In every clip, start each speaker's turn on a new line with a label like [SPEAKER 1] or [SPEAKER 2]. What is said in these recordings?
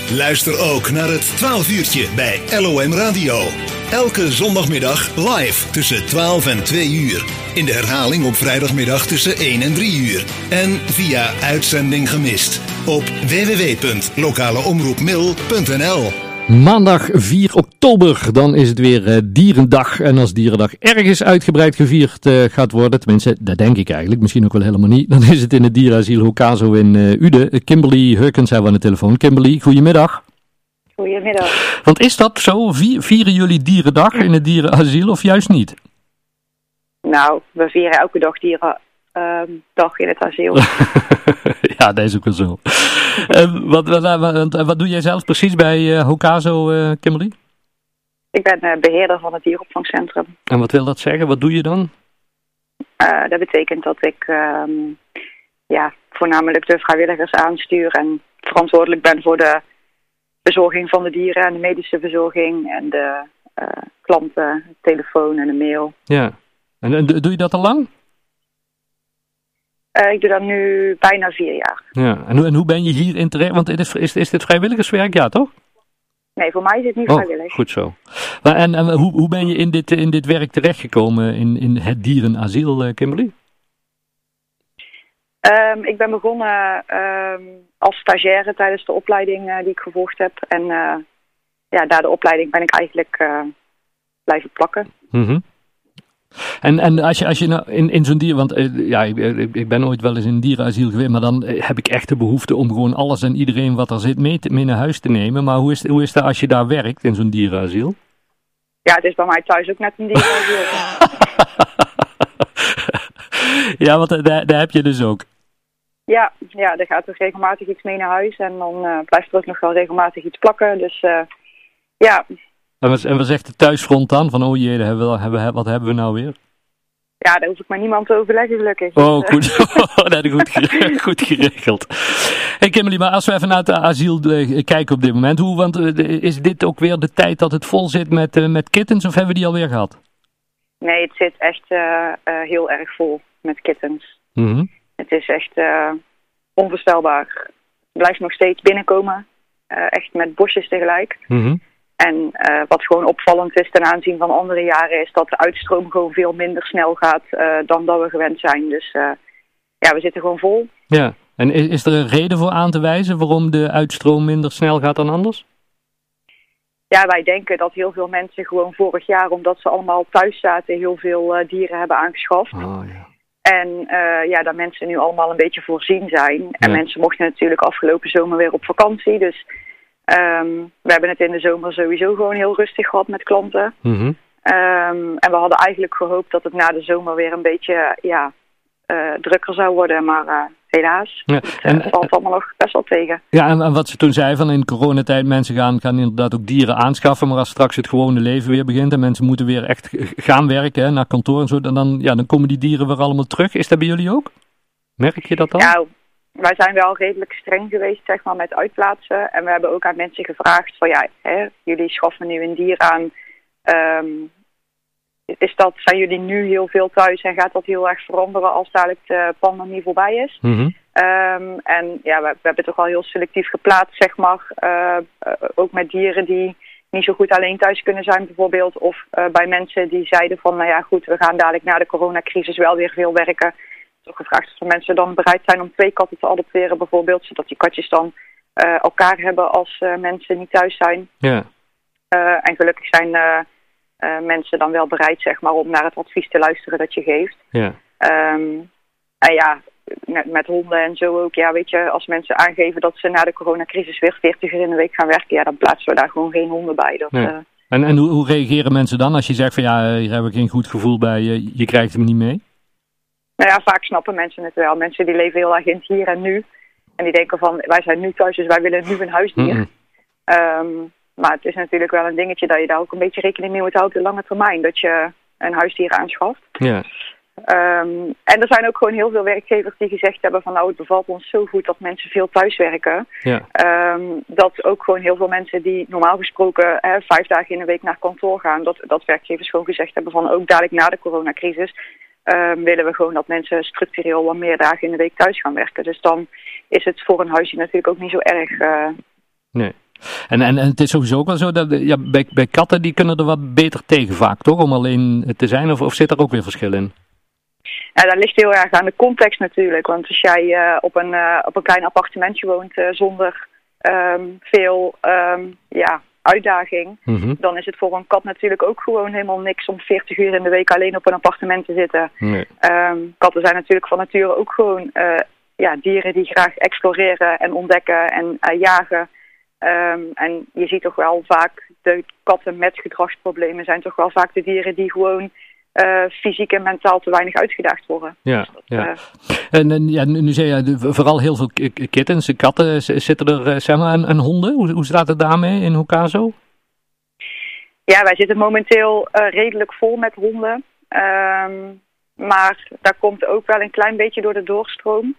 [SPEAKER 1] Luister ook naar het 12 uurtje bij LOM Radio. Elke zondagmiddag live tussen 12 en 2 uur. In de herhaling op vrijdagmiddag tussen 1 en 3 uur. En via uitzending gemist op www.lokaleomroepmil.nl.
[SPEAKER 2] Maandag 4 oktober, dan is het weer Dierendag. En als Dierendag ergens uitgebreid gevierd gaat worden, tenminste, dat denk ik eigenlijk, misschien ook wel helemaal niet, dan is het in het dierenasiel Hokazo in Uden. Kimberly Hurkens hebben we aan de telefoon. Kimberly, goedemiddag.
[SPEAKER 3] Goedemiddag.
[SPEAKER 2] Want is dat zo? Vieren jullie Dierendag in het dierenasiel of juist niet?
[SPEAKER 3] Nou, we vieren elke dag Dierendag in het asiel.
[SPEAKER 2] Ja, dat is ook wel zo. Wat doe jij zelf precies bij Hokazo, Kimberly?
[SPEAKER 3] Ik ben beheerder van het dieropvangcentrum.
[SPEAKER 2] En wat wil dat zeggen? Wat doe je dan?
[SPEAKER 3] Dat betekent dat ik voornamelijk de vrijwilligers aanstuur en verantwoordelijk ben voor de bezorging van de dieren en de medische verzorging en de klanten, de telefoon en de mail.
[SPEAKER 2] Ja. En doe je dat al lang?
[SPEAKER 3] Ik doe dat nu bijna 4 jaar.
[SPEAKER 2] Ja. En hoe ben je hierin terecht? Want is dit vrijwilligerswerk? Ja, toch?
[SPEAKER 3] Nee, voor mij is het niet vrijwillig.
[SPEAKER 2] Goed zo. En hoe ben je in dit werk terechtgekomen in het dierenasiel, Kimberly?
[SPEAKER 3] Ik ben begonnen als stagiaire tijdens de opleiding die ik gevolgd heb. En na de opleiding ben ik eigenlijk blijven plakken.
[SPEAKER 2] Mm-hmm. En als je nou in zo'n dier, want ik ben ooit wel eens in een dierenasiel geweest, maar dan heb ik echt de behoefte om gewoon alles en iedereen wat er zit mee naar huis te nemen. Maar hoe is dat als je daar werkt in zo'n dierenasiel?
[SPEAKER 3] Ja, het is bij mij thuis ook net een dierenasiel.
[SPEAKER 2] Ja, want daar heb je dus ook.
[SPEAKER 3] Ja, er gaat ook regelmatig iets mee naar huis en dan blijft er ook nog wel regelmatig iets plakken. Dus ja.
[SPEAKER 2] En wat zegt de thuisfront dan? Van oh jee, wat hebben we nou weer?
[SPEAKER 3] Ja, daar hoef ik maar niemand te overleggen gelukkig.
[SPEAKER 2] Oh, goed. Dat is goed geregeld. Hey Kimberly, maar als we even naar het asiel kijken op dit moment. Want is dit ook weer de tijd dat het vol zit met kittens of hebben we die alweer gehad?
[SPEAKER 3] Nee, het zit echt heel erg vol met kittens.
[SPEAKER 2] Mm-hmm.
[SPEAKER 3] Het is echt onvoorstelbaar. Het blijft nog steeds binnenkomen. Echt met bosjes tegelijk.
[SPEAKER 2] Mm-hmm.
[SPEAKER 3] En wat gewoon opvallend is ten aanzien van andere jaren is dat de uitstroom gewoon veel minder snel gaat dan dat we gewend zijn. Dus we zitten gewoon vol.
[SPEAKER 2] Ja, en is er een reden voor aan te wijzen waarom de uitstroom minder snel gaat dan anders?
[SPEAKER 3] Ja, wij denken dat heel veel mensen gewoon vorig jaar, omdat ze allemaal thuis zaten, heel veel dieren hebben aangeschaft.
[SPEAKER 2] Oh, ja.
[SPEAKER 3] En dat mensen nu allemaal een beetje voorzien zijn. En mensen mochten natuurlijk afgelopen zomer weer op vakantie. Dus we hebben het in de zomer sowieso gewoon heel rustig gehad met klanten.
[SPEAKER 2] Mm-hmm.
[SPEAKER 3] En we hadden eigenlijk gehoopt dat het na de zomer weer een beetje drukker zou worden. Maar helaas, het valt allemaal nog best wel tegen.
[SPEAKER 2] Ja, en wat ze toen zei van in coronatijd, mensen gaan inderdaad ook dieren aanschaffen. Maar als straks het gewone leven weer begint en mensen moeten weer echt gaan werken naar kantoor en zo. Dan komen die dieren weer allemaal terug. Is dat bij jullie ook? Merk je dat dan?
[SPEAKER 3] Nou, wij zijn wel redelijk streng geweest, zeg maar, met uitplaatsen. En we hebben ook aan mensen gevraagd van jullie schaffen nu een dier aan. Zijn jullie nu heel veel thuis en gaat dat heel erg veranderen als dadelijk de pandemie voorbij is?
[SPEAKER 2] Mm-hmm.
[SPEAKER 3] We hebben toch al heel selectief geplaatst, zeg maar. Ook met dieren die niet zo goed alleen thuis kunnen zijn bijvoorbeeld. Of bij mensen die zeiden van, we gaan dadelijk na de coronacrisis wel weer veel werken. Toch gevraagd of mensen dan bereid zijn om 2 katten te adopteren bijvoorbeeld. Zodat die katjes dan elkaar hebben als mensen niet thuis zijn.
[SPEAKER 2] Ja.
[SPEAKER 3] En gelukkig zijn mensen dan wel bereid, zeg maar, om naar het advies te luisteren dat je geeft.
[SPEAKER 2] Ja.
[SPEAKER 3] Met honden en zo ook. Ja, weet je, als mensen aangeven dat ze na de coronacrisis weer 40 uur in de week gaan werken, dan plaatsen we daar gewoon geen honden bij.
[SPEAKER 2] En hoe reageren mensen dan als je zegt van hier heb ik geen goed gevoel bij, je krijgt hem niet mee?
[SPEAKER 3] Nou ja, vaak snappen mensen het wel. Mensen die leven heel erg in het hier en nu. En die denken van, wij zijn nu thuis, dus wij willen nu een huisdier. Mm-hmm. Maar het is natuurlijk wel een dingetje dat je daar ook een beetje rekening mee moet houden op de lange termijn. Dat je een huisdier aanschaft.
[SPEAKER 2] Ja.
[SPEAKER 3] En er zijn ook gewoon heel veel werkgevers die gezegd hebben van het bevalt ons zo goed dat mensen veel thuiswerken.
[SPEAKER 2] Ja.
[SPEAKER 3] Dat ook gewoon heel veel mensen die normaal gesproken 5 dagen in de week naar kantoor gaan. Dat werkgevers gewoon gezegd hebben van ook dadelijk na de coronacrisis willen we gewoon dat mensen structureel wat meer dagen in de week thuis gaan werken. Dus dan is het voor een huisje natuurlijk ook niet zo erg.
[SPEAKER 2] Nee. En het is sowieso ook wel zo dat bij katten die kunnen er wat beter tegen vaak, toch? Om alleen te zijn, of zit er ook weer verschil in?
[SPEAKER 3] Ja, dat ligt heel erg aan de context natuurlijk. Want als jij op een klein appartementje woont zonder veel uitdaging, dan is het voor een kat natuurlijk ook gewoon helemaal niks om 40 uur in de week alleen op een appartement te zitten. Nee. Katten zijn natuurlijk van nature ook gewoon dieren die graag exploreren en ontdekken en jagen. En je ziet toch wel vaak de katten met gedragsproblemen zijn toch wel vaak de dieren die gewoon fysiek en mentaal te weinig uitgedaagd worden.
[SPEAKER 2] Ja, dus dat, nu zei je vooral heel veel kittens, katten. Zitten er zeg maar en honden? Hoe staat het daarmee in Hokazo?
[SPEAKER 3] Ja, wij zitten momenteel redelijk vol met honden. Maar daar komt ook wel een klein beetje door de doorstroom.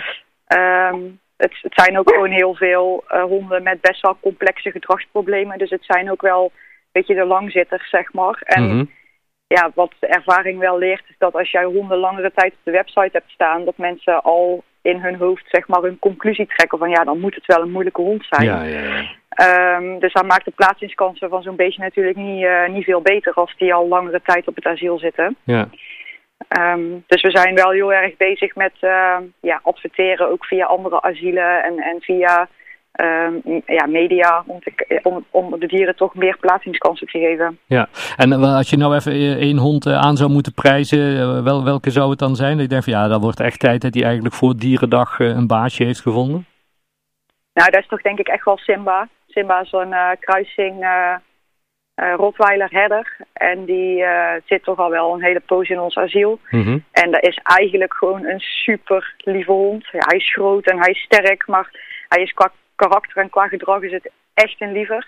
[SPEAKER 3] Het zijn ook gewoon heel veel honden met best wel complexe gedragsproblemen. Dus het zijn ook wel een beetje de langzitters, zeg maar. En ja, wat de ervaring wel leert is dat als jij honden langere tijd op de website hebt staan, dat mensen al in hun hoofd zeg maar hun conclusie trekken van ja, dan moet het wel een moeilijke hond zijn. Dus dan maakt de plaatsingskansen van zo'n beestje natuurlijk niet veel beter als die al langere tijd op het asiel zitten. Ja. Dus we zijn wel heel erg bezig met adverteren ook via andere asielen en via media om de dieren toch meer plaatsingskansen te geven. Ja,
[SPEAKER 2] en als je nou even één hond aan zou moeten prijzen, welke zou het dan zijn? Ik denk van ja, dat wordt echt tijd dat hij eigenlijk voor Dierendag een baasje heeft gevonden.
[SPEAKER 3] Nou, dat is toch denk ik echt wel Simba. Simba is zo'n kruising Rottweiler-herder. En die zit toch al wel een hele poos in ons asiel. En dat is eigenlijk gewoon een super lieve hond. Ja, hij is groot en hij is sterk, maar hij is qua karakter en qua gedrag is het echt een lieverd.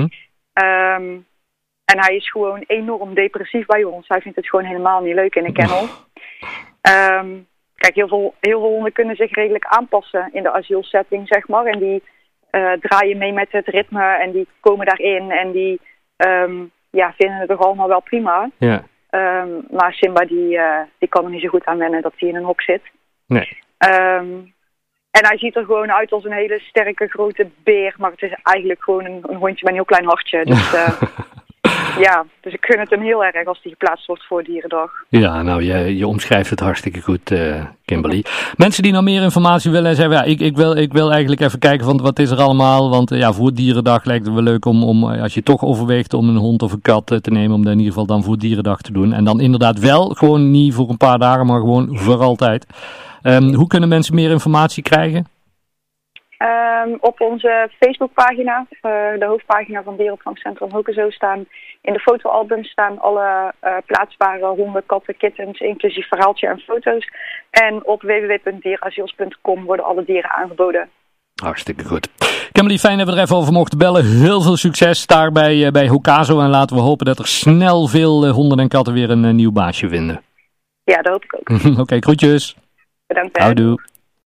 [SPEAKER 3] En hij is gewoon enorm depressief bij ons. Hij vindt het gewoon helemaal niet leuk in de kennel. Kijk, heel veel honden kunnen zich redelijk aanpassen in de asielsetting, zeg maar. En die draaien mee met het ritme en die komen daarin en die vinden het toch allemaal wel prima. Ja. Maar Simba die kan er niet zo goed aan wennen dat hij in een hok zit. Nee. En hij ziet er gewoon uit als een hele sterke grote beer, maar het is eigenlijk gewoon een hondje met een heel klein hartje. Dus dus ik gun het hem heel erg als hij geplaatst wordt voor Dierendag.
[SPEAKER 2] Ja, nou, je omschrijft het hartstikke goed, Kimberly. Mensen die nog meer informatie willen en zeggen, ik wil eigenlijk even kijken van wat is er allemaal, want voor Dierendag lijkt het wel leuk om als je toch overweegt om een hond of een kat te nemen, om dat in ieder geval dan voor Dierendag te doen. En dan inderdaad wel gewoon niet voor een paar dagen, maar gewoon voor altijd. Hoe kunnen mensen meer informatie krijgen?
[SPEAKER 3] Op onze Facebookpagina, de hoofdpagina van Dierenopvangcentrum Hokazo, staan in de fotoalbums staan alle plaatsbare honden, katten, kittens, inclusief verhaaltje en foto's. En op www.dierenasiels.com worden alle dieren aangeboden.
[SPEAKER 2] Hartstikke goed. Kimberly, fijn dat we er even over mochten bellen. Heel veel succes daar bij Hokazo en laten we hopen dat er snel veel honden en katten weer een nieuw baasje vinden.
[SPEAKER 3] Ja, dat hoop ik ook.
[SPEAKER 2] Oké, groetjes.
[SPEAKER 3] Bedankt.
[SPEAKER 2] Houdoe.